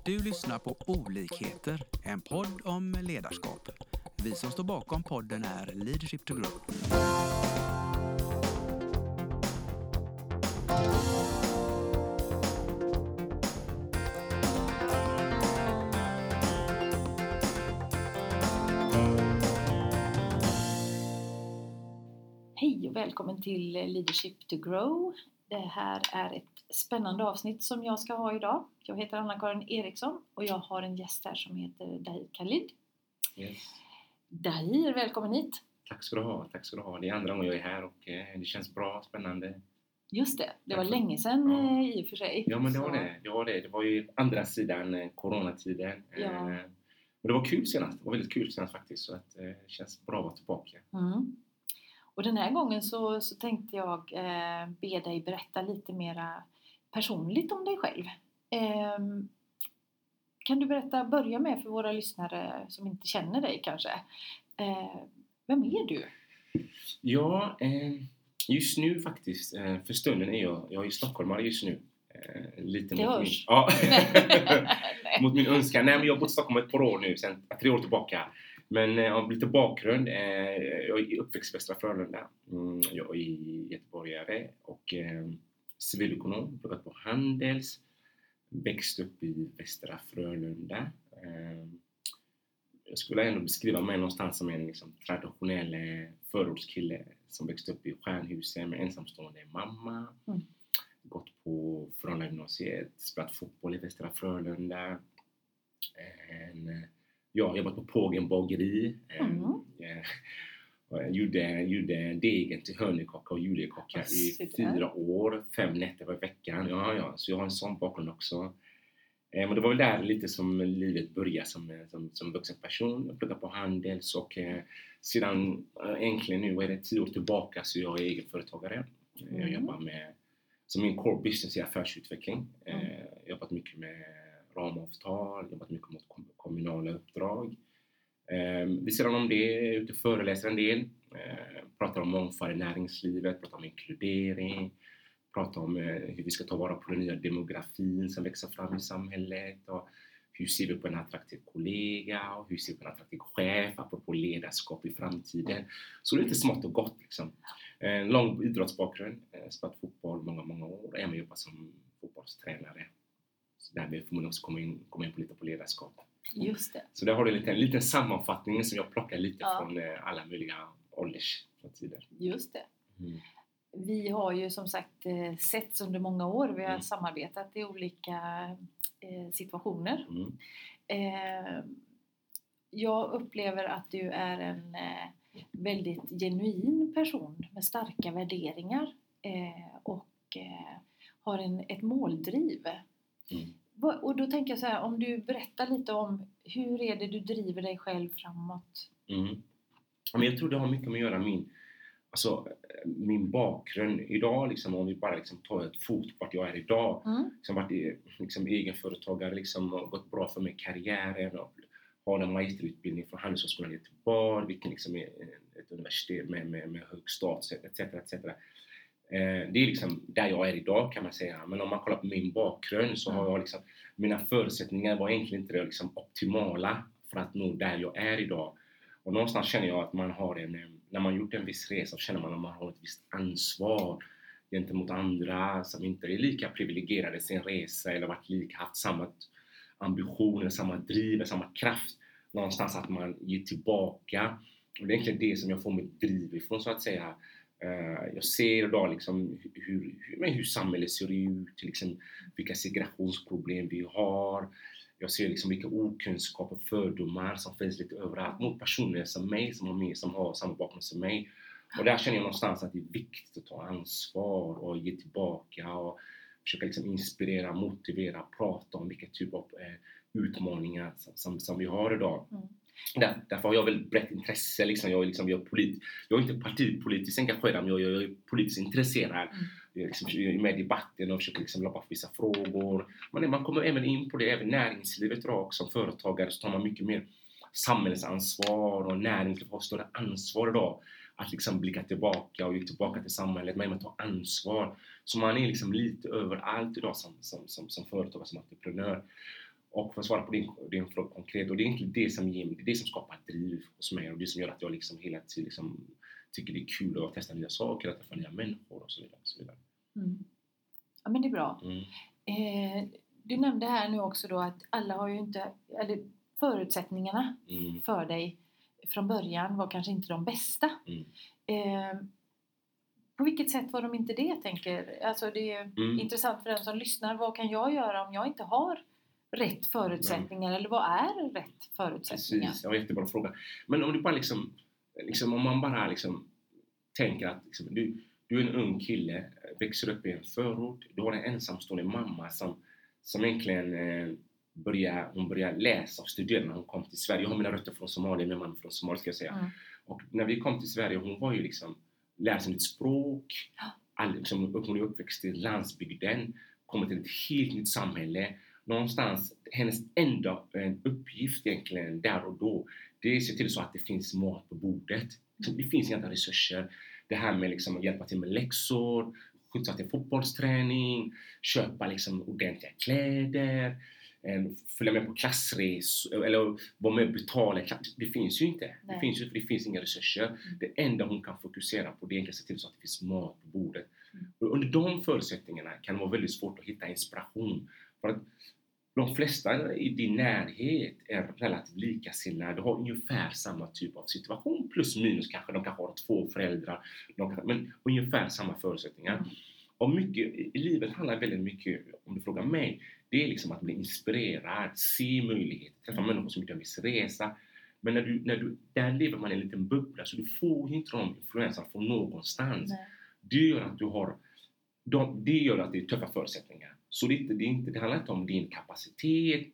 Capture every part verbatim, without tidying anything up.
Du lyssnar på Olikheter, en podd om ledarskap. Vi som står bakom podden är Leadership to Grow. Hej och välkommen till Leadership to Grow. Det här är ett spännande avsnitt som jag ska ha idag. Jag heter Anna-Karin Eriksson och jag har en gäst här som heter Dahir Khalid. Yes. Dahir, välkommen hit. Tack ska du ha, tack ska du ha. Det är andra gången jag är här och eh, det känns bra, spännande. Just det, det var Tack. länge sedan Ja. eh, i och för sig. Ja, men det Så- var det. Ja, det. Det var ju andra sidan eh, coronatiden. Ja. Eh, men det var kul senast. Det var väldigt kul senast faktiskt. Så att, eh, det känns bra att vara tillbaka. Mm. Och den här gången så, så tänkte jag eh, be dig berätta lite mera personligt om dig själv. Ehm, kan du berätta, börja med för våra lyssnare som inte känner dig kanske. Eh, vem är du? Ja, eh, just nu faktiskt. Eh, för stunden är jag, jag är i stockholmare just nu. Eh, lite Det mot hörs. min, ja, Nej. mot min önskan. Nej, men jag har bott i Stockholm ett par år nu, sedan tre år tillbaka. Men eh, av lite bakgrund, eh, jag är uppväxt i Västra Frölunda. Mm, jag är göteborgare och eh, civilekonom, pluggat på Handels. Växt upp i Västra Frölunda. Eh, jag skulle ändå beskriva mig någonstans som en liksom, traditionell eh, förortskille som växte upp i Stjärnhusen med ensamstående mamma. Mm. Gått på Frölunda gymnasiet, spelat fotboll i Västra Frölunda. En, jag har jobbat på Pågen bageri. Mm. Eh, jag gjorde, gjorde degen till hörnekocka och julekocka Ja, i super. fyra år, fem nätter var veckan. Ja, ja, så jag har en sån bakgrund också. Eh, men det var väl där lite som livet började som, som, som vuxen person. Jag pluggade på Handels och eh, sedan eh, egentligen nu är det tio år tillbaka så jag är egenföretagare. Mm. Jag jobbar med, som min core business är affärsutveckling. Mm. Eh, jobbat mycket med ramavtal, jobbat mycket mot kom- kommunala uppdrag. Eh, vid sidan om det är jag ute och föreläser en del. Eh, pratar om mångfald i näringslivet, pratar om inkludering. Pratar om eh, hur vi ska ta vara på den nya demografin som växer fram i samhället. Och hur ser vi på en attraktiv kollega och hur ser vi på en attraktiv chef apropå ledarskap i framtiden. Så lite smått och gott liksom. En lång idrottsbakgrund, eh, spelat fotboll många, många år och även jobbat som fotbollstränare. Så därmed får man också komma in, komma in på lite på ledarskap. Just det. Så där har du en liten, liten sammanfattning som jag plockar lite Ja. från eh, alla möjliga ålderstider. Just det. Mm. Vi har ju som sagt eh, setts under många år. Vi har Mm. samarbetat i olika eh, situationer. Mm. Eh, jag upplever att du är en eh, väldigt genuin person med starka värderingar eh, och eh, har en, ett måldriv. Mm. Va- Och då tänker jag så här, om du berättar lite om hur är det du driver dig själv framåt? Mm. Ja, men jag tror det har mycket med att göra min, alltså, min bakgrund idag. Liksom, om vi bara liksom, tar ett fot på vart jag är idag. Mm. Liksom, varit i- liksom, egenföretagare, liksom, och gått bra för mig i karriären. Och har en magisterutbildning från Handelshögskolan i Göteborg, vilken liksom är ett universitet med, med, med hög status, et cetera et cetera. Eh, det är liksom där jag är idag kan man säga. Men om man kollar på min bakgrund så har jag liksom, mina förutsättningar var egentligen inte liksom optimala för att nå där jag är idag. Och någonstans känner jag att man har en, när man gjort en viss resa så känner man att man har ett visst ansvar gentemot andra som inte är lika privilegierade i sin resa eller varit lika, haft samma ambitioner, samma driv, samma kraft. Någonstans att man ger tillbaka. Och det är egentligen det som jag får mitt driv ifrån så att säga. Uh, jag ser idag liksom hur, hur, hur samhället ser ut, liksom vilka segregationsproblem vi har. Jag ser liksom vilka okunskap och fördomar som finns lite överallt mot personer som mig, som har, med, som har samma bakgrund som mig. Och där känner jag någonstans att det är viktigt att ta ansvar och ge tillbaka och försöka liksom inspirera, motivera, prata om vilka typer av eh, utmaningar som, som, som vi har idag. Mm. Där, därför har jag väldigt brett intresse. Liksom. Jag, är liksom, jag, är polit, jag är inte partipolitiskt engagerad, men jag, jag är politiskt intresserad. Mm. Jag, liksom, jag är med i debatten och försöker liksom lobba för vissa frågor. Men man kommer även in på det, även näringslivet idag. Som företagare så tar man mycket mer samhällsansvar och näringslivet har större ansvar idag. Att liksom blicka tillbaka och ge tillbaka till samhället, men man tar ansvar. Så man är liksom lite överallt idag som, som, som, som företagare, som entreprenör. Och för att svara på din, din fråga konkret, och det är inte det som ger mig, det är det som skapar driv hos mig och det som gör att jag liksom hela tiden liksom tycker det är kul att testa nya saker, att träffa nya människor och så vidare. Och så vidare. Mm. Ja, men det är bra. Mm. Eh, du nämnde här nu också då att alla har ju inte, eller förutsättningarna Mm. för dig från början var kanske inte de bästa. Mm. Eh, på vilket sätt var de inte det, tänker? Alltså det är Mm. intressant för den som lyssnar. Vad kan jag göra om jag inte har rätt förutsättningar? Mm. Eller vad är rätt förutsättningar? Precis, ja, jättebra fråga. Men om du bara liksom, liksom om man bara liksom tänker att liksom, du, du är en ung kille, växer upp i en förort, du har en ensamstående mamma som, som egentligen eh, börjar, hon börjar läsa och studera när hon kom till Sverige. Jag har mina rötter från Somalia, min mamma från Somalia ska jag säga. Mm. Och när vi kom till Sverige, hon var ju liksom, lärde sig ett språk, all, liksom, hon är uppväxt i landsbygden, kommer till ett helt nytt samhälle. Någonstans, hennes enda uppgift egentligen där och då, det är att se till så att det finns mat på bordet. Mm. Det finns inga resurser. Det här med liksom att hjälpa till med läxor, skjutsa till fotbollsträning, köpa liksom ordentliga kläder, följa med på klassresor eller vara med och betala. Det finns ju inte. Det finns, ju, det finns inga resurser. Mm. Det enda hon kan fokusera på, det är att se till så att det finns mat på bordet. Mm. Och under de förutsättningarna kan det vara väldigt svårt att hitta inspiration. För att de flesta i din närhet är relativt likasinnade. De har ungefär samma typ av situation. Plus minus kanske. De kanske har två föräldrar. De kanske, men ungefär samma förutsättningar. Mm. Och mycket i livet handlar väldigt mycket, om du frågar mig, det är liksom att bli inspirerad, se möjligheter, träffa mm. människor som gör en viss resa. Men när du, när du, där lever man i en liten bubbla, så du får inte de influenserna från någonstans. Nej. Det gör att du har, de, det gör att det är tuffa förutsättningar. Så det, det, är inte, det handlar inte om din kapacitet,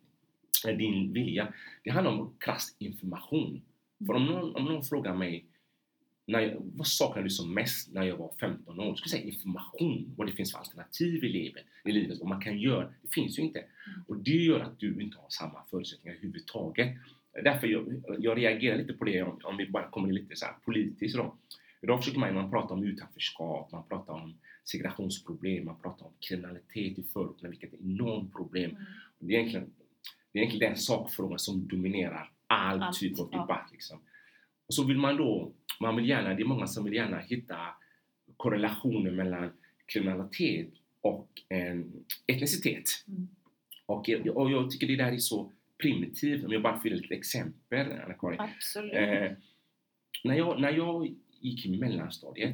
din vilja. Det handlar om krass information. Mm. För om någon, om någon frågar mig, när jag, vad saknar du som mest när jag var femton år? Jag skulle säga information, vad det finns för alternativ i livet, i livet, vad man kan göra. Det finns ju inte. Mm. Och det gör att du inte har samma förutsättningar överhuvudtaget. Därför jag, jag reagerar lite på det, om, om vi bara kommer in lite så här politiskt då. Idag försöker man, man prata om utanförskap, man pratar om segregationsproblem, man pratar om kriminalitet i förorten, vilket är ett enormt problem. Mm. Det, är egentligen, det är egentligen den sakfrågan som dominerar all Allt, typ av debatt. Ja. Liksom. Och så vill man då, man vill gärna, det är många som vill gärna hitta korrelationer mellan kriminalitet och en etnicitet. Mm. Och, och jag tycker det där är så primitivt, om jag bara får lite exempel, Anna-Karin. Absolut. Eh, när, jag, när jag gick i mellanstadiet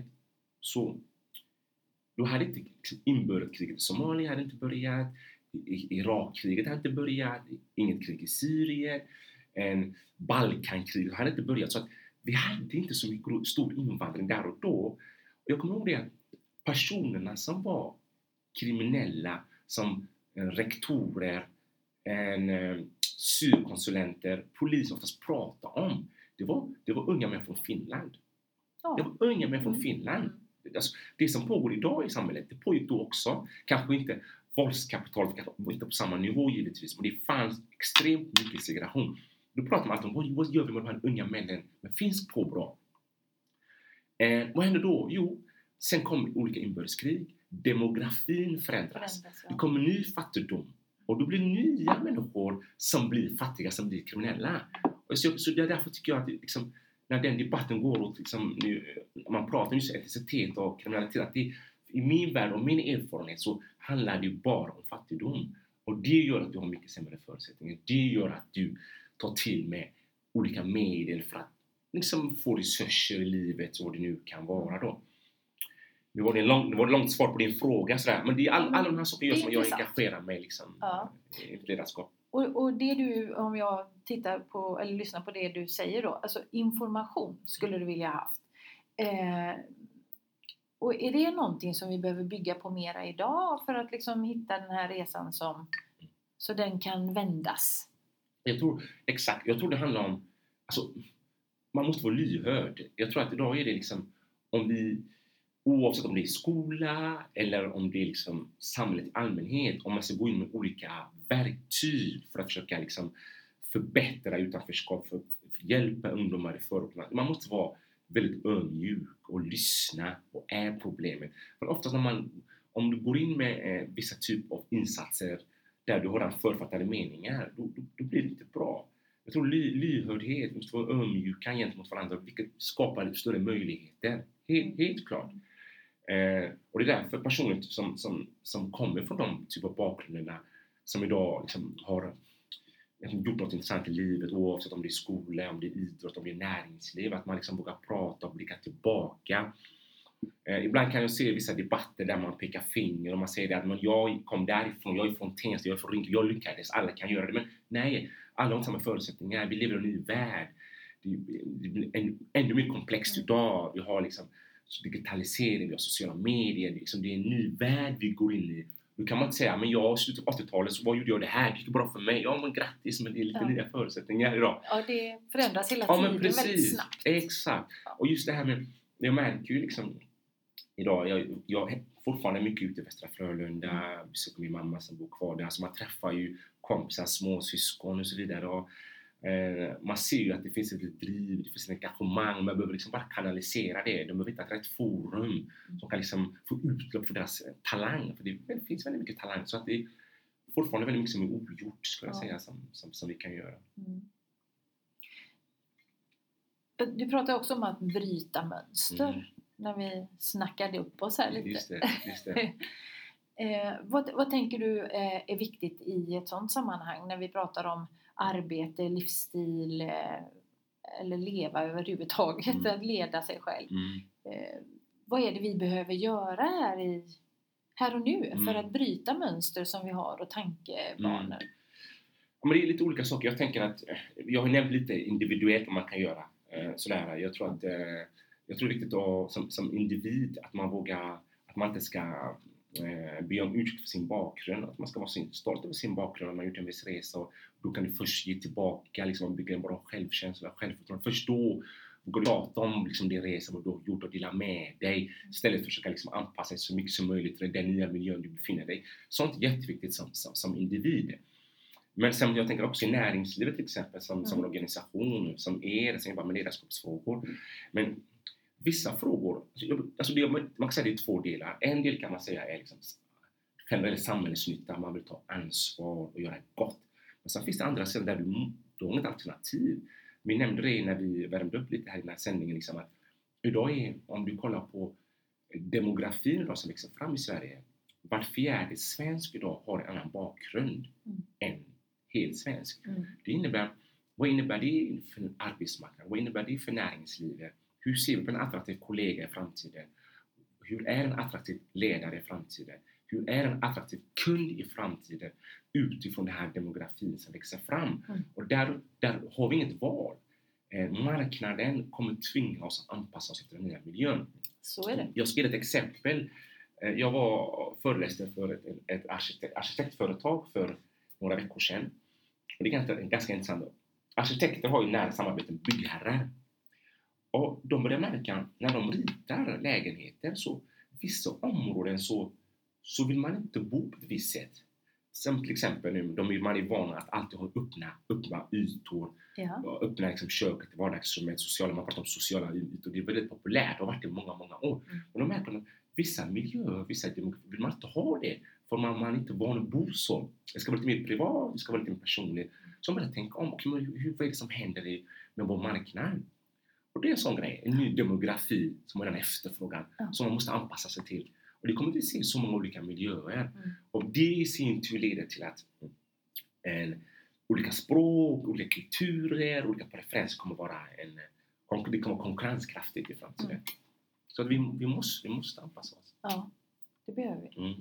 så då hade inte inbördeskriget i Somalia hade inte börjat, Irakkriget hade inte börjat, inget krig i Syrien, en Balkankrig hade inte börjat, så att vi hade inte så mycket stor invandring där och då. Jag kommer ihåg det att personerna som var kriminella, som rektorer, en, syrkonsulenter, polis oftast pratade om, det var, det var unga män från Finland. Ja. Det var unga män från Finland. Alltså, det som pågår idag i samhället, det pågick då också. Kanske inte våldskapital, kanske inte på samma nivå givetvis, men det fanns extremt mycket segregation. Då pratar man alltid om, vad, vad gör vi med de här unga männen med finsk påbrå? Eh, vad händer då? Jo, sen kommer olika inbördeskrig. Demografin förändras. förändras ja. Det kommer ny fattigdom. Och då blir nya människor som blir fattiga, som blir kriminella. Och så, så därför tycker jag att liksom, när den debatten går åt, liksom, nu, man pratar om just etnicitet och kriminalitet, att det, i min värld och min erfarenhet så handlar det bara om fattigdom. Och det gör att du har mycket sämre förutsättningar. Det gör att du tar till med olika medel för att liksom, få resurser i livet, så det nu kan vara då. Nu var det en lång, det var ett långt svar på din fråga, sådär. Men det är all, alla de här saker som jag engagerar mig liksom, ja. i ledarskap. Och, och det du, om jag tittar på eller lyssnar på det du säger då, alltså information skulle du vilja ha haft. Eh, och är det någonting som vi behöver bygga på mera idag för att liksom hitta den här resan som, så den kan vändas? Jag tror, exakt, jag tror det handlar om, alltså, man måste vara lyhörd. Jag tror att idag är det liksom, om vi, oavsett om det är skola eller om det är liksom samhället i allmänhet, om man ska gå in med olika verktyg för att försöka liksom förbättra utanförskap, för att hjälpa ungdomar i förorterna. Man måste vara väldigt ödmjuk och lyssna och är problemet. För oftast när man, om du går in med eh, vissa typ av insatser där du har den författade meningar, då, då, då blir det inte bra. Jag tror ly, lyhördhet, vi måste vara ömjuka gentemot varandra, vilket skapar större möjligheter. Helt, helt klart. Eh, och det är därför personer som, som, som kommer från de typer av bakgrunderna som idag liksom har gjort något intressant i livet, oavsett om det är skola, om det är idrott, om det är näringsliv, att man liksom vågar prata och blicka tillbaka. Eh, ibland kan jag se vissa debatter där man pekar finger och man säger det att men jag kom därifrån, jag är från Tensta, jag är från Rinkeby, jag lyckades, alla kan göra det. Men nej, alla har samma förutsättningar, vi lever i en ny värld. Det, det blir ännu, ännu mer komplext idag. Vi har liksom digitalisering, vi har sociala medier, liksom det är en ny värld vi går in i. Då kan man inte säga, men jag i slutet av åttiotalet så vad gjorde jag det här? Det gick bra för mig. Ja, men grattis, men det är lite ja. nya förutsättningar idag. Ja, det förändras hela ja, tiden men precis, väldigt snabbt. Exakt. Och just det här med, jag märker ju liksom idag, jag, jag är fortfarande mycket ute i Västra Frölunda, mm. besöker min mamma som bor kvar där. Alltså man träffar ju kompisar, små syskon och så vidare. Och, eh, man ser ju att det finns ett driv, det finns ett engagemang. Man behöver liksom bara kanalisera det. De behöver hitta ett rätt forum mm. som kan liksom få utlopp för deras talang. För det, det finns väldigt mycket talang. Så att det är fortfarande väldigt mycket som är ogjort, skulle jag ja. säga, som, som, som vi kan göra. Mm. Du pratar också om att bryta mönster. Mm. När vi snackade upp oss här lite. Just det, just det. eh, vad, vad tänker du eh, är viktigt i ett sådant sammanhang när vi pratar om arbete, livsstil eh, eller leva överhuvudtaget, mm. att leda sig själv. Mm. Eh, vad är det vi behöver göra här, i, här och nu mm. för att bryta mönster som vi har och tankebanor? Mm. Ja, men det är lite olika saker. Jag tänker att, jag har nämnt lite individuellt vad man kan göra. Eh, sådär. Jag tror att eh, Jag tror det är viktigt att, som, som individ att man vågar, att man inte ska eh, be om ursäkt för sin bakgrund, att man ska vara sin, stolt över sin bakgrund om man har gjort en viss resa, och då kan du först ge tillbaka, liksom bygga en bra självkänsla, självförtroende. Först då vågar du prata om liksom, din resa, vad du har gjort och dela med dig, istället för att försöka liksom, anpassa dig så mycket som möjligt till den nya miljön du befinner dig. Sånt är jätteviktigt som, som, som individ. Men sen jag tänker också i näringslivet till exempel, som, mm. som en organisation, som er, som jobbar med ledarskapsfrågor. Men vissa frågor, alltså det, man kan säga det är två delar. En del kan man säga är liksom generell samhällsnytta, man vill ta ansvar och göra gott. Men sen finns det andra ställen där du, du har ett alternativ. Vi nämnde det när vi värmde upp lite här i den här sändningen, liksom att idag är, om du kollar på demografin idag som växer fram i Sverige, var fjärde svensk idag har en annan bakgrund mm. än helt svensk. Mm. Det innebär, vad innebär det för arbetsmarknaden? Vad innebär det för näringslivet? Hur ser vi på en attraktiv kollega i framtiden? Hur är en attraktiv ledare i framtiden? Hur är en attraktiv kund i framtiden utifrån den här demografin som växer fram? Mm. Och där, där har vi inget val. Eh, marknaden kommer tvinga oss att anpassa oss efter den nya miljön. Så är det. Jag ska ge ett exempel. Eh, jag var föreläste för ett, ett arkitekt, arkitektföretag för några veckor sedan. Och det är ganska, ganska intressant. Arkitekter har ju nära samarbete med byggherrar. Och de börjar märka, när de ritar lägenheter, så vissa områden så, så vill man inte bo på ett visst sätt. Som till exempel nu, de är, man är van att alltid ha öppna, öppna ytor. Ja. Öppna liksom köket, vardagsrummet, sociala, man pratar om sociala ytor. Det är väldigt populärt och har varit det i många, många år. Mm. Och de märker att vissa miljöer, vissa vill man inte ha det. För man, man är inte van att bo så. Det ska vara lite mer privat, det ska vara lite mer personligt. Så man börjar tänka om, okay, hur, vad är det som händer i, med vår marknad? Och det är en sån grej, en ny demografi som är den efterfrågan ja. som man måste anpassa sig till. Och det kommer vi se i så många olika miljöer. Mm. Och det i sin tur leder till att en, olika språk, olika kulturer, olika preferenser kommer vara en, det kommer vara konkurrenskraftigt i framtiden. Mm. Så att vi, vi, måste, vi måste anpassa oss. Ja, det behöver vi. Mm.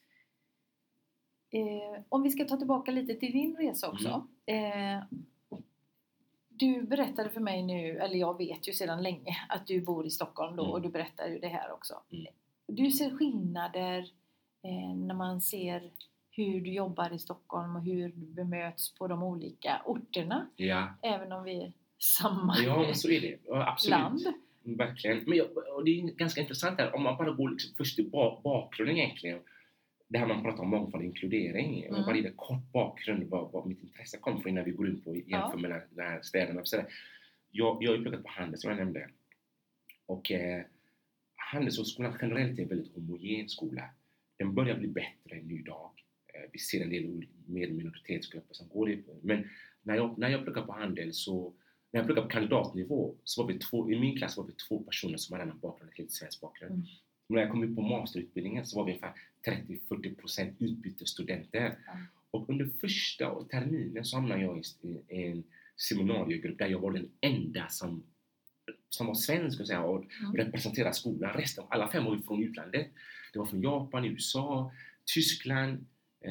Eh, om vi ska ta tillbaka lite till din resa också. Mm. Eh, Du berättade för mig nu, eller jag vet ju sedan länge att du bor i Stockholm då, mm. och du berättar ju det här också. Mm. Du ser skillnader eh, när man ser hur du jobbar i Stockholm och hur du bemöts på de olika orterna. Ja. Även om vi är samma ja, så är det. Ja, absolut. land. Verkligen. Men jag, och det är ganska intressant här, om man bara går liksom först till bakgrunden egentligen. Det här man pratar om mångfald och inkludering. Mm. Bara i det kort bakgrund vad, vad mitt intresse kom för innan vi går in på jämför ja. med den här städerna. Så jag, jag har ju pluggat på Handels som jag nämnde. Och eh, Handelshögskolan generellt är en väldigt homogen skola. Den börjar bli bättre en ny dag. vi ser en del mer minoritetsgrupper som går i. Men när jag, när jag pluggade på handel så, när jag pluggade på kandidatnivå så var vi två, i min klass var vi två personer som hade en bakgrund, helt svensk bakgrund. Mm. Men när jag kom ut på masterutbildningen så var vi ungefär trettio till fyrtio procent utbytesstudenter. Mm. Och under första terminen så hamnade jag i en seminariegrupp där jag var den enda som, som var svensk och, säga, och mm. representerade skolan. Resten, alla fem var från utlandet. Det var från Japan, U S A, Tyskland,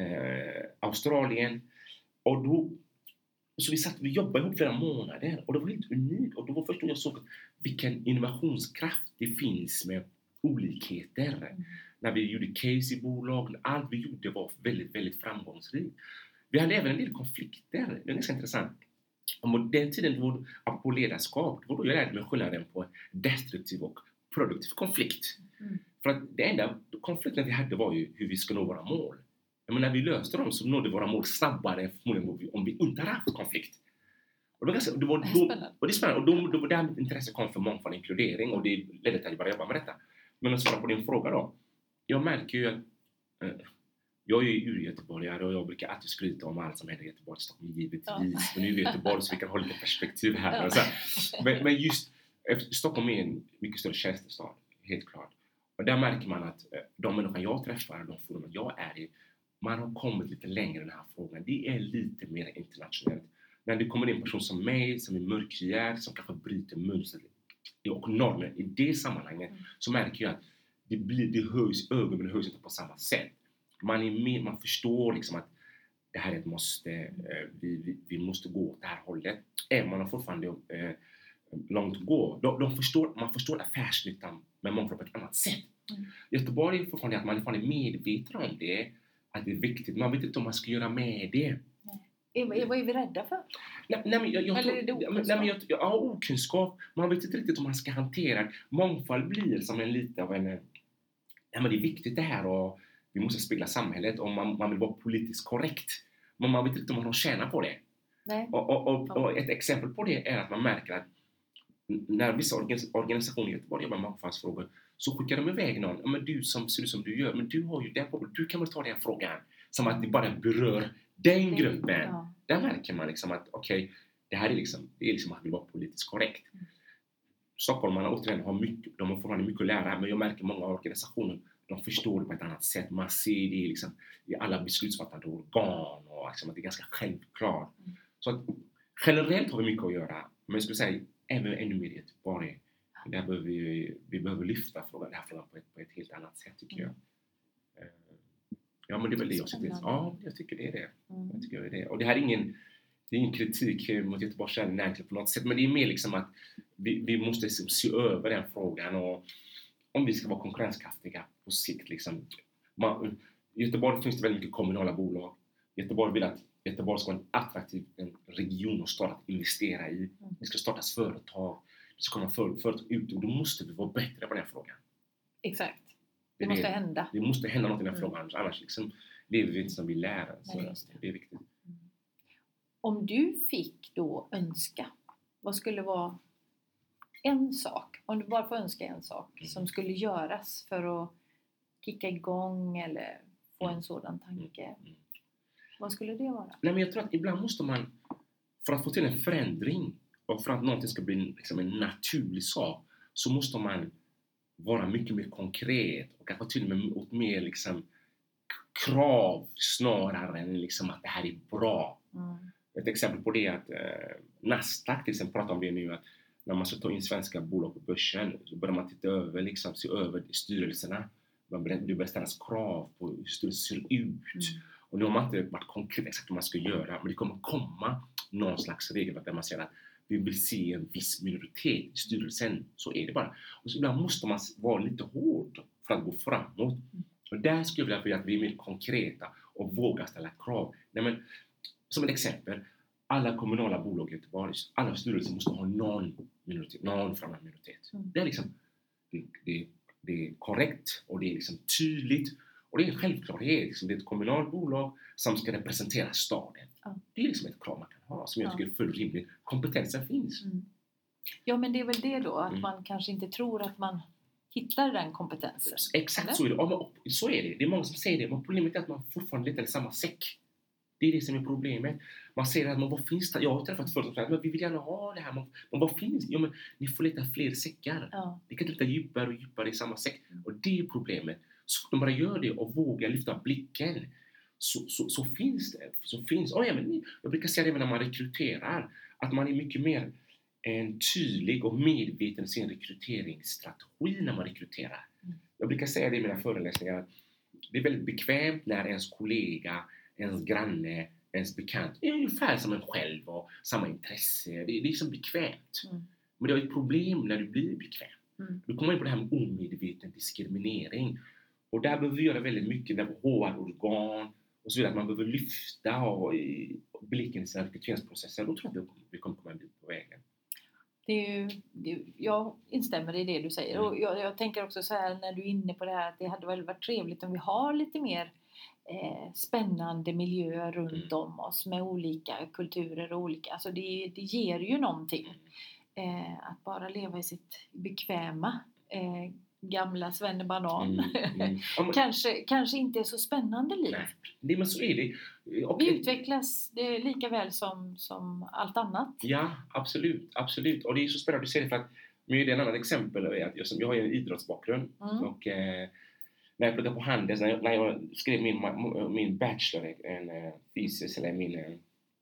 eh, Australien. Och då, så vi satt, vi jobbade ihop flera månader och det var helt unikt. Och då var först då jag såg vilken innovationskraft det finns med olikheter. Mm. När vi gjorde case i bolag, allt vi gjorde var väldigt, väldigt framgångsrikt. Vi hade även en del konflikter, det är ganska intressant. Om den tiden var på ledarskap, då jag lärde mig skillnaden på destruktiv och produktiv konflikt. Mm. För att det enda konflikten vi hade var ju hur vi skulle nå våra mål. Men när vi löste dem så nådde våra mål snabbare än förmodligen om vi inte hade haft konflikt. Och det var ganska, det var, då, och det är spännande. Och då, då var där mitt intresse kom för mångfald och inkludering och det ledde till att jag började jobba med detta. Men att svara på din fråga då. Jag märker ju att äh, jag är ju ur-göteborgare och jag brukar alltid skryta om allt som händer i Göteborg, Stockholm givetvis. Ja. Men nu är vi i Göteborg så vi kan ha lite perspektiv här. Ja. Och så här. Men, men just Stockholm är en mycket större tjänstestad, helt klart. Och där märker man att de människor jag träffar, de forum jag är i, man har kommit lite längre i den här frågan. Det är lite mer internationellt. När det kommer in en person som mig, som är mörkhyad, som kanske bryter mönstret och normen i det sammanhanget, mm. så märker jag att det, blir, det höjs, ögonen höjs inte på samma sätt. Man, är med, man förstår liksom att det här är ett måste, vi, vi, vi måste gå åt det här hållet. Även om man har fortfarande eh, långt att gå. De, de förstår, man förstår affärsnyttan med mångfald på ett annat sätt. Mm. Göteborg är fortfarande att man är fortfarande medveten om det, att det är viktigt. Man vet inte om man ska göra med det. Nej. Vad är vi rädda för? Nej, nej, men jag, jag, Eller är det okunskap? Nej, men jag, ja, okunskap. Man vet inte riktigt om man ska hantera det. Mångfald blir som en lite av en... Nej, men det är viktigt det här och vi måste spegla samhället och man, man vill vara politiskt korrekt. Men man vet inte om man tjänar på det. Nej. Och, och, och, och ett exempel på det är att man märker att när vissa organisationer i Göteborg jobbar med mångfaldsfrågor så skickar de iväg någon. Ja, men du som ser ut som du gör, men du har ju det problemet. Du kan väl ta den frågan. Som att det bara berör den gruppen. Ja. Där märker man liksom att okej, okay, det här är liksom, det är liksom att vi vara politiskt korrekt. Mm. Stockholmarna återigen har mycket, de har fortfarande mycket att lära, men jag märker många organisationer, de förstår det på ett annat sätt. Man ser det liksom i alla beslutsfattande organ och liksom att det är ganska självklart. Mm. Så att generellt har vi mycket att göra, men jag skulle säga även ännu mer i Göteborg. Där behöver vi, vi behöver lyfta frågan, den här frågan på ett, på ett helt annat sätt tycker jag. Mm. Ja, men det är väl det jag tycker. Ja, jag tycker det är det. Mm. Jag tycker det är det. Och det här är ingen, det är ingen kritik mot Göteborgs näringsliv på något sätt, men det är mer liksom att vi, vi måste liksom se över den frågan och om vi ska vara konkurrenskraftiga på sikt liksom. Man, i Göteborg finns det väldigt mycket kommunala bolag. Göteborg vill att Göteborg ska vara en attraktiv en region och start att investera i. Det ska startas företag. Det ska komma för, företag ut och då måste vi vara bättre på den frågan. Exakt. Det, det måste det, hända. Det måste hända något i den mm. frågan. Annars liksom lever vi inte som vi lär. Så Nej, det. det är viktigt. Mm. Om du fick då önska, vad skulle vara en sak, om du bara får önska en sak mm. som skulle göras för att kicka igång eller få mm. en sådan tanke. Mm. Vad skulle det vara? Nej, men jag tror att ibland måste man, för att få till en förändring och för att någonting ska bli liksom en naturlig sak, så måste man vara mycket mer konkret och kanske till och med åt mer liksom krav snarare än liksom att det här är bra. Mm. Ett exempel på det är att eh, Nasdaq till exempel pratar om det nu, att när man ska ta in svenska bolag på börsen så börjar man titta över, liksom, se över styrelserna. Man börjar, det börjar ställas krav på hur styrelsen ser ut. Mm. Och nu har man inte varit konkret exakt vad man ska göra, men det kommer komma någon slags regelverk där man säger att vi vill se en viss minoritet i styrelsen. Så är det bara. Och så ibland måste man vara lite hård för att gå framåt. Mm. Och där skulle jag vilja att vi är mer konkreta och våga ställa krav. Nej, men, som ett exempel, alla kommunala bolag i Göteborg, alla styrelser måste ha någon minoritet, någon framför minoritet. Mm. Det är liksom det, det, det är korrekt och det är liksom tydligt. Och det är en självklarhet. Liksom, det är ett kommunalt bolag som ska representera staden. Ja. Det är liksom ett krav man kan ha som jag tycker är fullt rimligt. Kompetensen finns. Mm. Ja, men det är väl det då. Att mm. man kanske inte tror att man hittar den kompetensen. Exakt eller? så är det. Ja, men, så är det. Det är många som säger det. Men problemet är att man fortfarande letar i samma säck. Det är det som är problemet. Man säger att man, vad finns det? Jag har träffat företag som säger att vi vill gärna ha det här. Men, men vad finns det? Ja, men ni får leta fler säckar. Ja. Ni kan leta djupare och djupare i samma säck. Och det är problemet. Så de bara gör det och vågar lyfta blicken. Så, så, så finns det. Så finns, oh ja, men jag brukar säga det när man rekryterar. Att man är mycket mer en tydlig och medveten sin rekryteringsstrategi när man rekryterar. Mm. Jag brukar säga det i mina föreläsningar. Det är väldigt bekvämt när ens kollega, ens granne, ens bekant är ungefär som en själv och samma intresse. Det, det är liksom bekvämt. Mm. Men det är ett problem när du blir bekväm. Mm. Du kommer in på det här med omedveten diskriminering. Och där behöver vi göra väldigt mycket med H R-organ och så vidare. Att man behöver lyfta och, och blicken i sina rekryteringsprocesser. Då tror jag att vi kommer komma en bit på vägen. Det är ju, det, jag instämmer i det du säger. Mm. Och jag, jag tänker också så här när du är inne på det här att det hade väl varit trevligt om vi har lite mer eh, spännande miljöer runt mm. om oss med olika kulturer och olika. Alltså det, det ger ju någonting. Eh, att bara leva i sitt bekväma eh, gamla svennebanan. Mm, mm. Ja, kanske, kanske inte är så spännande liv. Nej, det, men så är det. Och vi utvecklas det lika väl som, som allt annat. Ja, absolut, absolut. Och det är så spännande att se det för att med ett annat exempel är att jag, jag har ju en idrottsbakgrund mm. och eh, när jag pluggade på Handels, när jag, när jag skrev min, min bachelor, en uh, thesis eller min uh,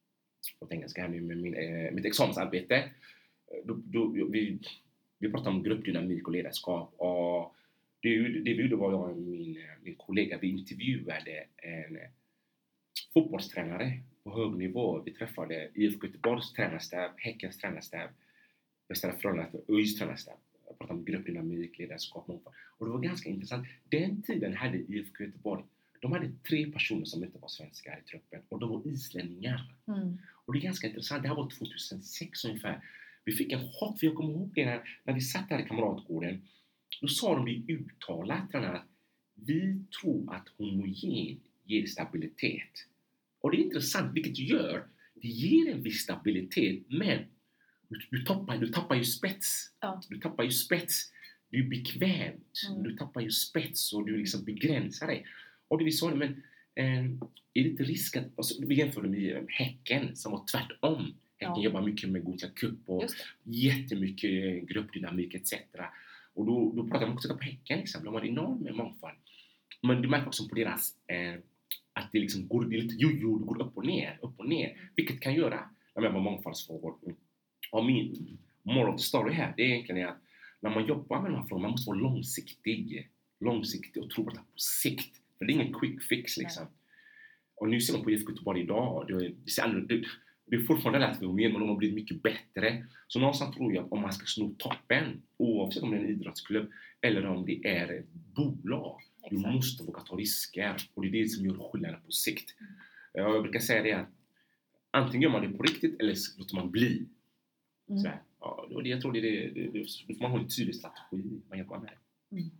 på engelska här med min, uh, mitt examensarbete, då, då, vi Vi pratade om gruppdynamik och ledarskap och det, det vi gjorde var jag och min, min kollega, vi intervjuade en fotbollstränare på hög nivå. Vi träffade I F K Göteborgs tränarstab, Häckens tränarstab, Västra Frölundas och ÖIS tränarstab. Jag pratade om gruppdynamik, ledarskap, mångfald. Och det var ganska intressant. Den tiden hade I F K Göteborg, de hade tre personer som inte var svenskar i truppen och de var islänningar. Mm. Och det är ganska intressant, det här var tjugohundrasex ungefär. Vi fick en chock, för jag kommer ihåg det när, när vi satt där i kamratgården. Då sa de det uttalat att vi tror att homogen ger stabilitet. Och det är intressant, vilket gör, det ger en viss stabilitet, men du, du, tappar, du tappar ju spets. Ja. Du tappar ju spets. Du är bekvämt. Mm. Du tappar ju spets och du liksom begränsar dig. Och det vi sa, men eh, är det inte risk att, alltså, vi jämförde med Häcken som var tvärtom. Häcken ja. jobbar mycket med Gothia Cup och jättemycket gruppdynamik et cetera. Och då, då pratar man också på Häcken liksom. De har en enorm mångfald. Men du märker också på deras eh, att det liksom går, det är lite jojo, det går upp och ner, upp och ner. Mm. Vilket kan göra när man har mångfaldsfrågor. Och min moral of the story här, det är egentligen att när man jobbar med de här frågorna, man måste vara långsiktig. Långsiktig och tro på det på sikt. För det är ingen quick fix liksom. Nej. Och nu ser man på I F K Göteborg idag, det, det ser annorlunda ut. Det är fortfarande lätt för men de har blivit mycket bättre. Så någonstans tror jag att om man ska sno toppen, oavsett om det är en idrottsklubb eller om det är ett bolag, exakt. Du måste våga ta risker. Och det är det som gör skillnaden på sikt. Mm. Jag brukar säga det att antingen gör man det på riktigt eller låter man bli. Mm. Så här, ja, och det, jag tror det är det, det, det får man ha en tydlig strategi man jobbar med. Mm.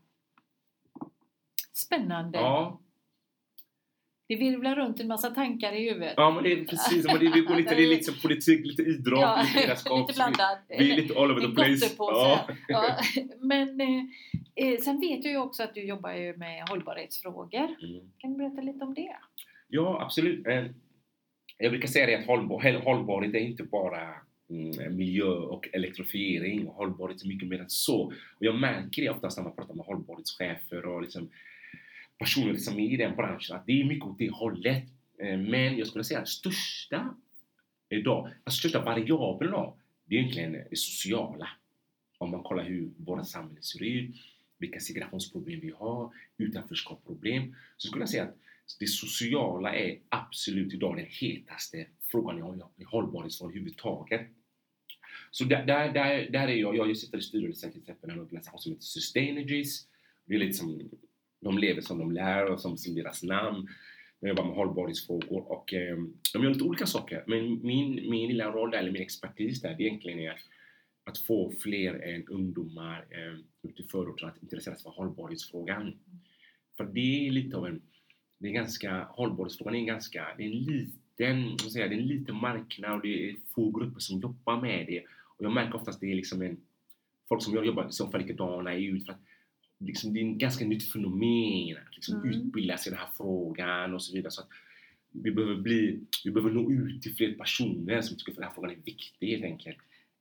Spännande. Ja. Det virvlar runt en massa tankar i huvudet. Ja, men det är precis. Men det, det, går lite, det är lite som politik, lite idrott, ja, lite ledarskap. Lite blandad. Vi är lite all over the place. Ja. Ja. Men eh, sen vet jag ju också att du jobbar ju med hållbarhetsfrågor. Mm. Kan du berätta lite om det? Ja, absolut. Jag brukar säga det att hållbar, hållbarhet är inte bara mm, miljö och elektrifiering. Hållbarhet är mycket mer än så. Och jag märker det oftast när man pratar med hållbarhetschefer och liksom personer som är i den branschen, att det är mycket åt det hållet. Men jag skulle säga att största idag, alltså största variabeln då, det är egentligen det sociala. Om man kollar hur våra samhällen ser ut, vilka segregationsproblem vi har, utanförskapsproblem, så skulle jag säga att det sociala är absolut idag den hetaste frågan i hållbarhetsfrågan överhuvudtaget. Så där, där, där, där är jag, jag sitter i styrelsen till exempel en organisation som heter Sustainagies. Det är lite som de lever som de lär och som, som deras namn. Jag jobbar med hållbarhetsfrågor och eh, de gör lite olika saker. Men min, min lilla roll där, eller min expertis där, det egentligen är att få fler än ungdomar eh, ute i förorten att intressera sig för hållbarhetsfrågan. Mm. För det är lite av en, det är ganska, hållbarhetsfrågan är en ganska, det är en liten, vad säger jag, det är en liten marknad och det är få grupper som jobbar med det. Och jag märker oftast att det är liksom en, folk som jobbar som för likadana är ut för att liksom, det är en ganska nytt fenomen att liksom Mm. utbilda sig i den här frågan och så vidare. Så att vi behöver bli, vi behöver nå ut till fler personer som tycker att den här frågan är viktig helt enkelt.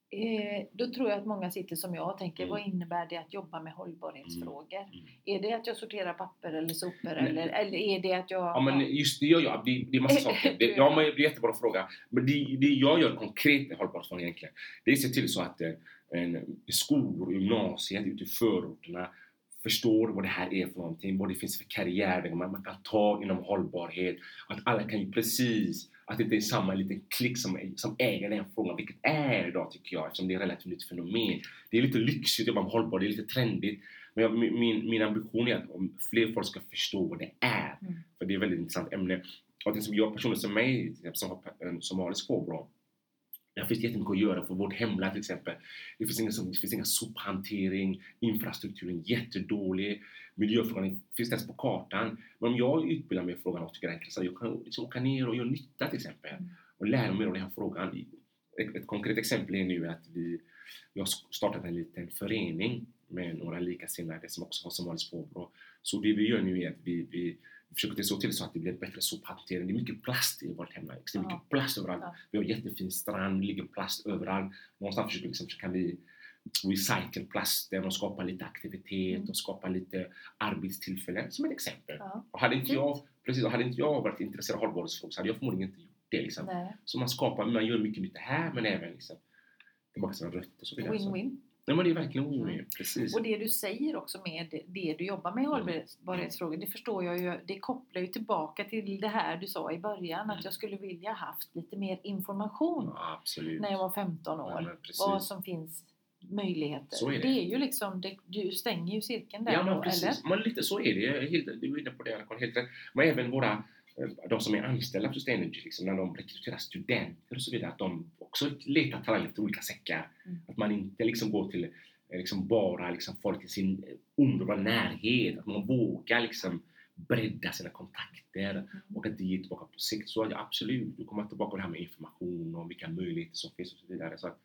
Eh, då tror jag att många sitter som jag och tänker, Mm. vad innebär det att jobba med hållbarhetsfrågor? Mm. Är det att jag sorterar papper eller sopor? Nej. Eller, eller är det att jag... Ja, men just det gör jag. Det, det är massa saker. Det, ja, men det är en jättebra fråga. Men det, det jag gör konkret med hållbarhetsfrågan egentligen, det är att se till så att eh, en, skolor och gymnasiet ute i förorterna förstår vad det här är för någonting, vad det finns för karriärvägar man, man kan ta inom hållbarhet, att alla kan ju precis, att det inte är samma liten klick som, som äger den frågan, vilket är idag tycker jag, eftersom det är ett relativt nytt fenomen. Det är lite lyxigt att jobba med hållbarhet, det är lite trendigt, men jag, min, min ambition är att om fler folk ska förstå vad det är, Mm. för det är ett väldigt intressant ämne. Och det som jag personer som mig, som har en somalisk påbrå, det finns jättemycket att göra för vårt hemland till exempel. Det finns inga, det finns inga sophantering, infrastrukturen är jättedålig, miljöfrågan finns inte på kartan. Men om jag utbildar mig i frågan och tycker det är intressant, jag kan liksom åka ner och göra nytta till exempel. Mm. Och lära mig om den här frågan. Ett, ett konkret exempel är nu att vi, vi har startat en liten förening med några likasinnade som också har somalisk påbrå. Så det vi gör nu är att vi, vi Vi försöker så till så att det blir bättre sophantering. Det är mycket plast i vårt hemland. Det är mycket Ja. plast överallt. Ja. Vi har jättefin strand, det ligger plast överallt. Någonstans försöker liksom, så kan vi recycle plasten och skapa lite aktivitet Mm. och skapa lite arbetstillfällen, som ett exempel. Ja. Och hade inte jag, precis, och hade inte jag varit intresserad av hållbarhetsfrågor så hade jag förmodligen inte gjort det. Liksom. Nej. Så man skapar, man gör mycket nytta här, men även liksom, tillbaka till sina rötter och så vidare. Win-win. Nej, men det är verkligen win-win, Mm. precis. Och det du säger också med det, det du jobbar med i Mm. hållbarhetsfrågor, det förstår jag ju, det kopplar ju tillbaka till det här du sa i början, Mm. att jag skulle vilja haft lite mer information Ja, absolut. när jag var femton år. Ja, men precis. Vad som finns möjligheter. Så är det. det är ju liksom, det, du stänger ju cirkeln där Ja, men då, precis. eller? Men lite så är det. Jag är helt, du är inne på det, jag har helt rätt. Men även våra, de som är anställda på Sustainable, liksom, när de rekryterar studenter och så vidare, att de också letar talanger efter olika säckar. Mm. Att man inte liksom går till liksom bara liksom folk i sin omedelbara närhet. Att man vågar liksom bredda sina kontakter Mm. och att det ger tillbaka på sikt. Så ja, absolut, du kommer tillbaka på det här med information och vilka möjligheter som finns och så vidare. Så att,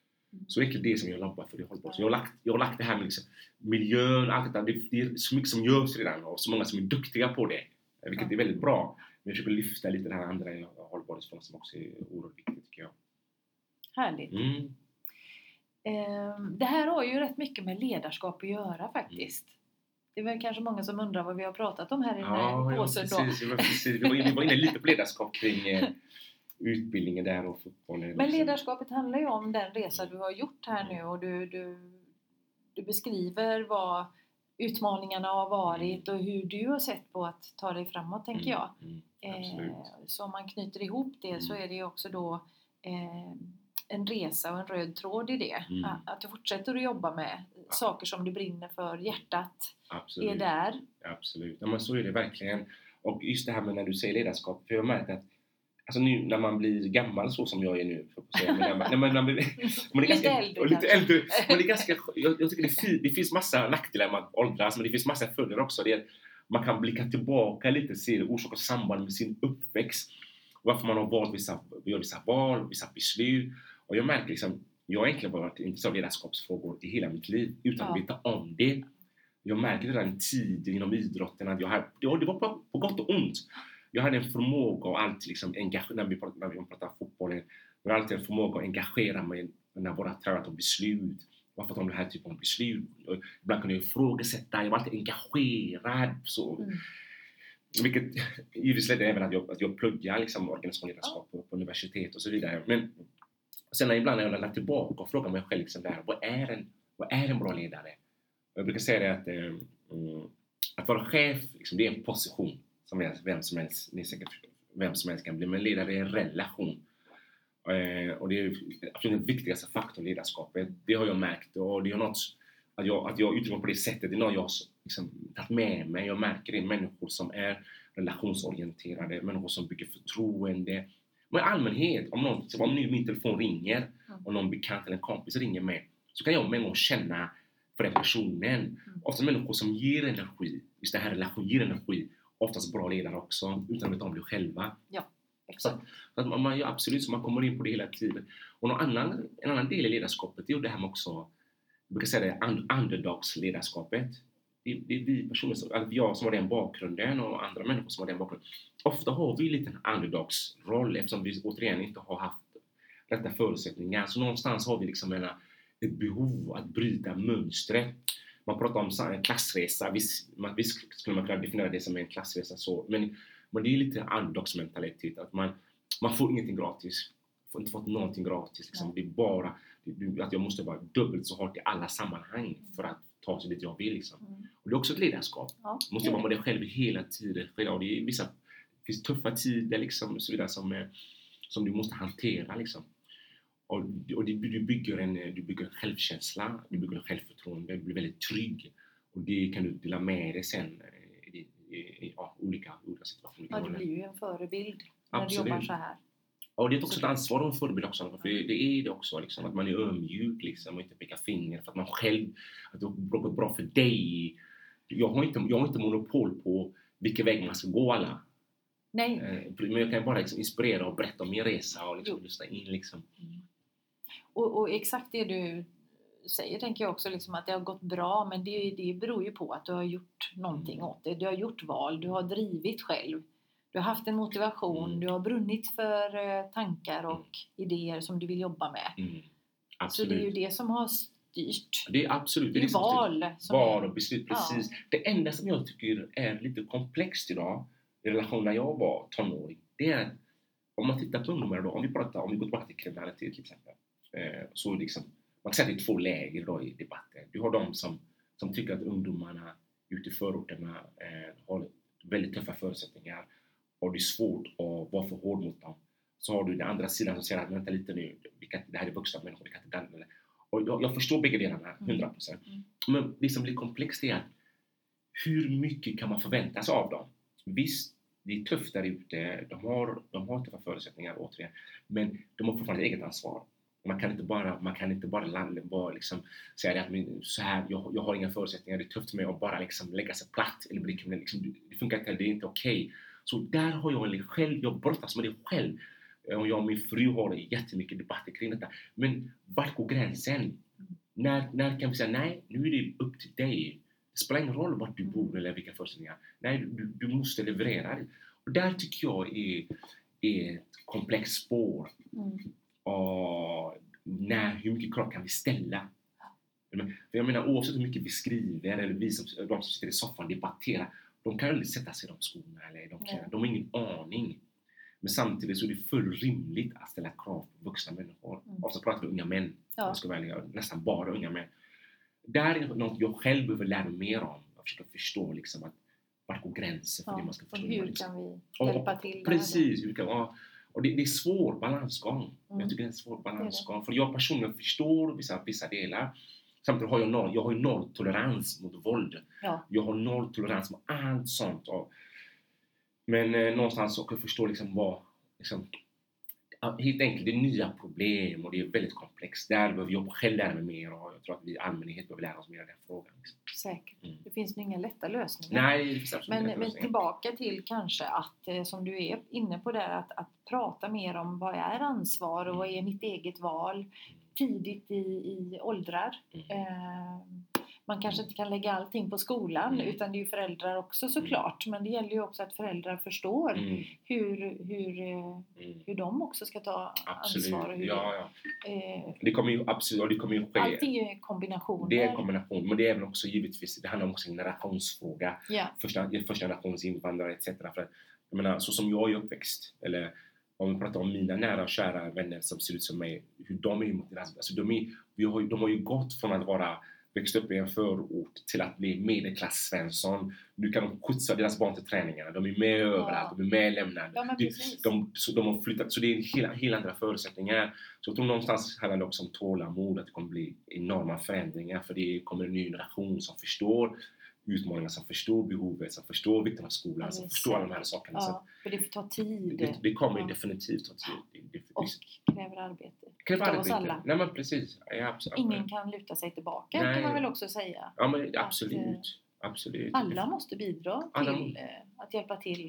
så är det som jag jobbar för det hållbart. Så jag har lagt, jag har lagt det här med liksom miljön, allt detta. Det, det är så mycket som görs redan och så många som är duktiga på det. Vilket är väldigt bra. Men jag försöker lyfta lite det här andra hållbarhetsfrågan som också är oerhört viktigt tycker jag. Härligt. Mm. Ehm, Det här har ju rätt mycket med ledarskap att göra faktiskt. Det är väl kanske många som undrar vad vi har pratat om här i den här Ja, ja, påsen då. precis. Vi var, precis. Vi var, inne, vi var inne lite på ledarskap kring eh, utbildningen där och fotbollen. Men liksom. ledarskapet handlar ju om den resa du har gjort här nu och du, du, du beskriver vad utmaningarna har varit och hur du har sett på att ta dig framåt, tänker jag. Mm, mm, absolut. Eh, så om man knyter ihop det så är det ju också då eh, en resa och en röd tråd i det. Mm. Att, att du fortsätter att jobba med Ja. saker som du brinner för, hjärtat Absolut. är där. Absolut. Ja, men så är det verkligen. Och just det här med när du säger ledarskap, för jag har märkt att alltså nu när man blir gammal så som jag är nu, för att säga, men när man, när man, när man, man är Lite ganska, äldre och lite kanske. äldre, men det är ganska, jag, jag tycker det, fin, det finns massa nackdelar med att åldras, men det finns massa fördelar också. Det är att man kan blicka tillbaka lite, se orsak och samband med sin uppväxt, varför man har valt vissa, gör vissa val, vissa beslut. Och jag märker liksom, jag har egentligen varit intresserad av ledarskapsfrågor i hela mitt liv utan Ja. att veta om det. Jag märker redan tidigt inom idrotten att jag hade, ja, det var på, på gott och ont. Jag hade en förmåga och alltid liksom engagera, när vi pratar, när vi pratar fotbollen, jag hade alltid en förmåga att engagera mig när våra tränare tar beslut. Varför tar de det här typen av beslut? Och ibland kunde jag ifrågasätta, jag var alltid engagerad. Så. Mm. Vilket givetvis ledde även att jag, att jag pluggar liksom, organisationsledarskap på, på universitet och så vidare. Men sen ibland när jag lämnar tillbaka och frågar mig själv liksom där, vad, är en, vad är en bra ledare? Jag brukar säga det att, eh, att vara chef, liksom, det är en position som vem som helst, ni säkert, vem som helst kan bli, men ledare är en relation. Eh, och det är absolut den viktigaste faktorn i ledarskapet. Det har jag märkt och det är något att jag, att jag uttrycker på det sättet, det är något jag liksom tagit med mig. Jag märker det är människor som är relationsorienterade, människor som bygger förtroende. Men i allmänhet, om, någon, om nu min telefon ringer och någon bekant eller en kompis ringer mig, så kan jag med en gång känna för den personen. Mm. Ofta människor som ger energi, just det här relation ger energi, oftast bra ledare också, utan att veta om det själva. Exakt. Så att man, man gör absolut så man kommer in på det hela tiden. Och någon annan, en annan del i ledarskapet är ju det här med också, jag brukar säga det, underdogs-ledarskapet. det, det är vi personer, som, alltså jag som har den bakgrunden och andra människor som har den bakgrunden. Ofta har vi lite en underdogsroll eftersom vi återigen inte har haft rätta förutsättningar. Så någonstans har vi liksom en, ett behov att bryta mönstret. Man pratar om en klassresa. Visst, man, visst skulle man kunna definiera det som en klassresa så. Men, men det är lite underdogsmentalitet. Att man, man får ingenting gratis. Får inte fått någonting gratis. Liksom. Det är bara det, att jag måste vara dubbelt så hårt i alla sammanhang för att ta sig dit jag vill. Liksom. Mm. Och det är också ett ledarskap. Ja, måste vara med dig själv hela tiden. Och det är vissa, det finns tuffa tider liksom, så vidare, som, som du måste hantera. Liksom. Och, och det, du, bygger en, du bygger en självkänsla, du bygger en självförtroende, du blir väldigt trygg. Och det kan du dela med dig sen i, i, i ja, olika, olika situationer. Ja, du blir ju en förebild när Absolut. Du jobbar så här. Och det är också ett ansvar och en förebild också. För det är det också, liksom, att man är ömjuk liksom, och inte pekar finger för att man själv, att det har gått bra för dig. Jag har inte, jag har inte monopol på vilken väg man ska gå alla. Nej. Men jag kan bara liksom, inspirera och berätta om min resa och liksom, lyssna in. Liksom. Mm. Och, och exakt det du säger tänker jag också liksom, att det har gått bra, men det, det beror ju på att du har gjort någonting mm. åt det. Du har gjort val, du har drivit själv. Du har haft en motivation, mm. du har brunnit för uh, tankar och mm. idéer som du vill jobba med. Mm. Så det är ju det som har styrt. Det är absolut. Det är, det är val. Som val och beslut, precis. Ja. Det enda som jag tycker är lite komplext idag i relation när jag var tonåring, det är att om man tittar på ungdomar då, om vi pratar, om vi går tillbaka till kriminalitet till exempel, eh, så liksom, man kan säga att det är två läger då i debatten. Du har de som, som tycker att ungdomarna ute i förorterna eh, har väldigt tuffa förutsättningar och det är svårt att vara för hård mot dem. Så har du den andra sidan som säger att vänta lite nu, kan, det här är vuxna människor, vi kan inte danna. Och jag, jag förstår bägge delarna, hundra procent. Mm. Men det som blir komplext är att hur mycket kan man förvänta sig av dem? Visst, det är tufft där ute, de har, de har tuffa förutsättningar återigen, men de har fortfarande eget ansvar. Man kan inte bara, man kan inte bara, landa, bara liksom säga att så här, jag, jag har inga förutsättningar, det är tufft för mig att bara liksom lägga sig platt eller bli kriminell. Liksom, det funkar inte, det är inte okej. Okay. Så där har jag en själv, jag brottas med det själv. Och jag och min fru har jättemycket debatter kring detta. Men vart går gränsen? När, när kan vi säga nej, nu är det upp till dig. Det spelar ingen roll vart du bor eller vilka förutsättningar. Nej, du, du måste leverera det. Och där tycker jag är, är ett komplext spår. Mm. Och när, hur mycket krav kan vi ställa? För jag menar, oavsett hur mycket vi skriver eller vi som, de som sitter i soffan debatterar, de kan ju aldrig sätta sig i de skorna. Eller de, kan, de har ingen aning. Men samtidigt så är det full rimligt att ställa krav på vuxna människor. Mm. Och så pratar vi unga män. Ja. Jag ska välja, nästan bara unga män. Där är något jag själv behöver lära mig mer om. Jag försöker förstå liksom att vart går gränsen för ja. Det man ska förstå. Och hur liksom. Kan vi hjälpa till? Och, precis. Hur kan, och, och det, det är svår balansgång. Mm. Jag tycker det är en svår balansgång. Det det. För jag personligen förstår vissa, vissa delar. Samtidigt har jag noll, jag har noll tolerans mot våld. Ja. Jag har noll tolerans mot allt sånt. Och, men eh, någonstans så kan jag förstå liksom vad, liksom, helt enkelt det är nya problem och det är väldigt komplext. Där behöver jag själv lära mig mer och jag tror att vi i allmänhet behöver lära oss mer av den frågan. Liksom. Säkert. Mm. Det finns nog inga lätta lösningar. Nej, det finns men, men tillbaka till kanske att, eh, som du är inne på där, att, att prata mer om vad är ansvar och vad är mitt eget val tidigt i, i åldrar. Mm. Eh, Man kanske inte kan lägga allting på skolan mm. utan det är ju föräldrar också såklart. Mm. Men det gäller ju också att föräldrar förstår mm. hur, hur, mm. hur de också ska ta absolut. Ansvar. Och hur ja, ja. Eh, det kommer ju absolut, det kommer ju ske. Allt är ju kombinationer. Det är en kombination, men det är även också givetvis, det handlar också om en generationsfråga. Ja. Första, första generations invandrare et cetera. För jag menar, så som jag är uppväxt, eller om vi pratar om mina nära och kära vänner som ser ut som mig, hur de är mot deras, alltså de, är, vi har, de har ju gått från att vara växt upp i en förort till att bli medelklass Svensson. Nu kan de skjutsa deras barn till träningarna. De är med ja. Överallt. De är med lämnade. Ja, de, de, så de har flyttat. Så det är helt, helt andra förutsättningar. Så jag tror någonstans handlar det också om tålamod. Att det kommer bli enorma förändringar. För det kommer en ny generation som förstår utmaningar, som förstår behovet, som förstår vikten av skolan, ja, som förstår alla de här sakerna. Ja, för det får ta tid. Det, det kommer ja. definitivt ta tid. Det, det, och kräver arbete. Kräver arbete. Oss alla. Nej, men precis. Ja, absolut. Ingen kan luta sig tillbaka, Nej. Kan man väl också säga. Ja, men absolut. Att, absolut. Alla måste bidra alla till må- att hjälpa till och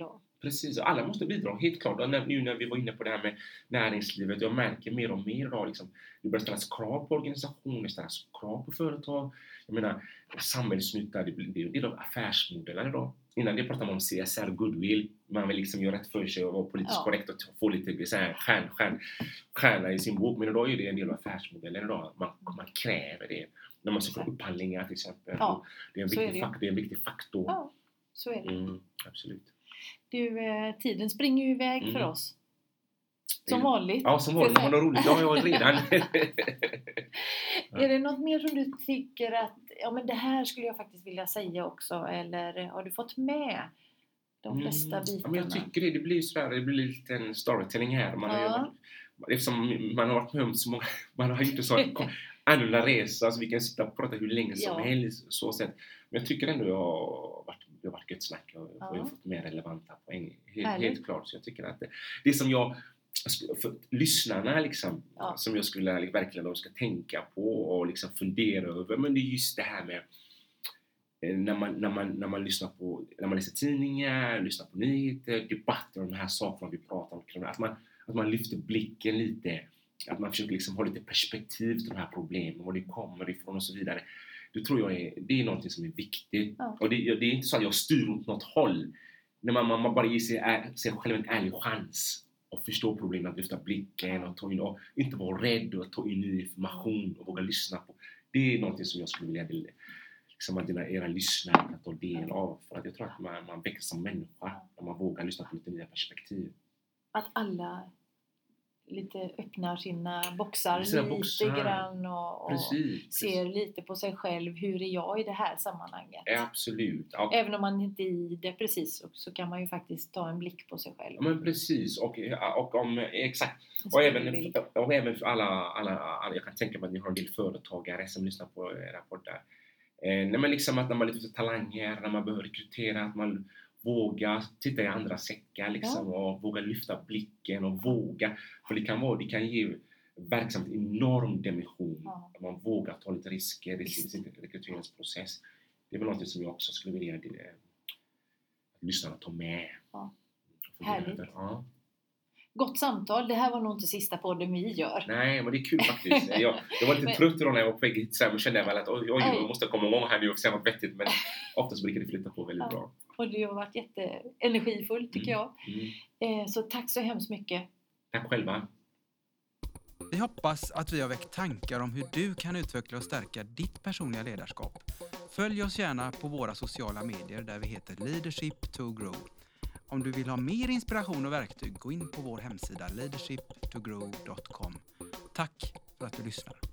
Precis, alla måste bidra, helt klart. Och när, nu när vi var inne på det här med näringslivet, jag märker mer och mer idag liksom, det börjar ställas krav på organisationer, det ställas krav på företag. Jag menar, samhällsnytta, det blir det är en del av affärsmodeller idag. Innan det pratade man om C S R, goodwill, man vill liksom göra rätt för sig och vara politiskt Ja. korrekt och få lite så här, stjärn, stjärn, stjärna i sin bok. Men idag är det en del av affärsmodeller idag, man, man kräver det. När man ska få upphandlingar till exempel. Ja, det, är en så är viktig det. fak- det är en viktig faktor. Ja, så är det. Mm, absolut. Du, eh, tiden springer ju iväg Mm. för oss. Som Det- vanligt. Ja, som vanligt. Man har roligt. Ja, jag har redan. Är det något mer som du tycker att ja, men det här skulle jag faktiskt vilja säga också? Eller har du fått med de flesta Mm. bitarna? Ja, men jag tycker det. Det blir sådär, det blir lite en storytelling här. Man har ju Ja. varit, eftersom man har varit med om så många, man har gjort en sån annorlunda resa, så vi kan sitta och prata hur länge som Ja. helst. Så sätt. Men jag tycker ändå jag har varit, det har varit gött snack och Ja. jag har fått mer relevanta poäng. Helt, Härligt. helt klart. Så jag tycker att det, det som jag, för lyssnarna liksom, Ja. som jag skulle liksom, verkligen de ska tänka på och liksom fundera över, men det är just det här med När man, när, man, när man lyssnar på, när man läser tidningar, lyssnar på nyheter, debatter och de här sakerna vi pratar om, att man, att man lyfter blicken lite, att man försöker liksom ha lite perspektiv till de här problemen, var det kommer ifrån och så vidare. Det tror jag är, det är någonting som är viktigt. Ja. Och det, det är inte så att jag styr åt något håll. När man, man, man bara ger sig, är, sig själv en ärlig chans att förstå problemen, att lyfta blicken och ta in, och inte vara rädd och ta in ny information och våga lyssna på. Det är någonting som jag skulle vilja dela. Liksom att dina, era lyssnare kan ta del av. För att jag tror att man, man växer som människa när man vågar lyssna på lite nya perspektiv. Att alla lite öppnar sina boxar Sina lite boxar. grann och, och Precis. ser lite på sig själv. Hur är jag i det här sammanhanget? Ja, absolut. Ja, Även om man inte är i det precis så, så kan man ju faktiskt ta en blick på sig själv. ja, men precis. Och, och om, exakt. En Och även, spegelbild. och även för alla, alla, alla, jag kan tänka mig att ni har en del företagare som lyssnar på era poddar. Eh, när man liksom att när man letar talanger, när man behöver rekrytera, att man vågar titta i andra säckar liksom, och våga lyfta blicken och våga, för det kan vara, det kan ge verksamt enorm dimension. Ja. Att man vågar ta lite risker i Visst. sin rekryteringsprocess. Det är väl något som jag också skulle vilja att lyssnarna tar med. Ja. Och fundera Härligt. över. Ja. Gott samtal. Det här var nog inte sista podden vi gör. Nej, men det är kul faktiskt. Jag, jag var lite Men- trött idag när jag var på väg hit, så här, men kände jag väl att oj, oj, oj, Nej. jag måste komma igång här nu och säga något vettigt. Men oftast brukar det flytta på väldigt Ja. bra. Och det har varit jätteenergifullt tycker Mm. jag. Mm. Eh, så tack så hemskt mycket. Tack själva. Vi hoppas att vi har väckt tankar om hur du kan utveckla och stärka ditt personliga ledarskap. Följ oss gärna på våra sociala medier där vi heter Leadership to Grow. Om du vill ha mer inspiration och verktyg, gå in på vår hemsida leadership to grow dot com. Tack för att du lyssnar.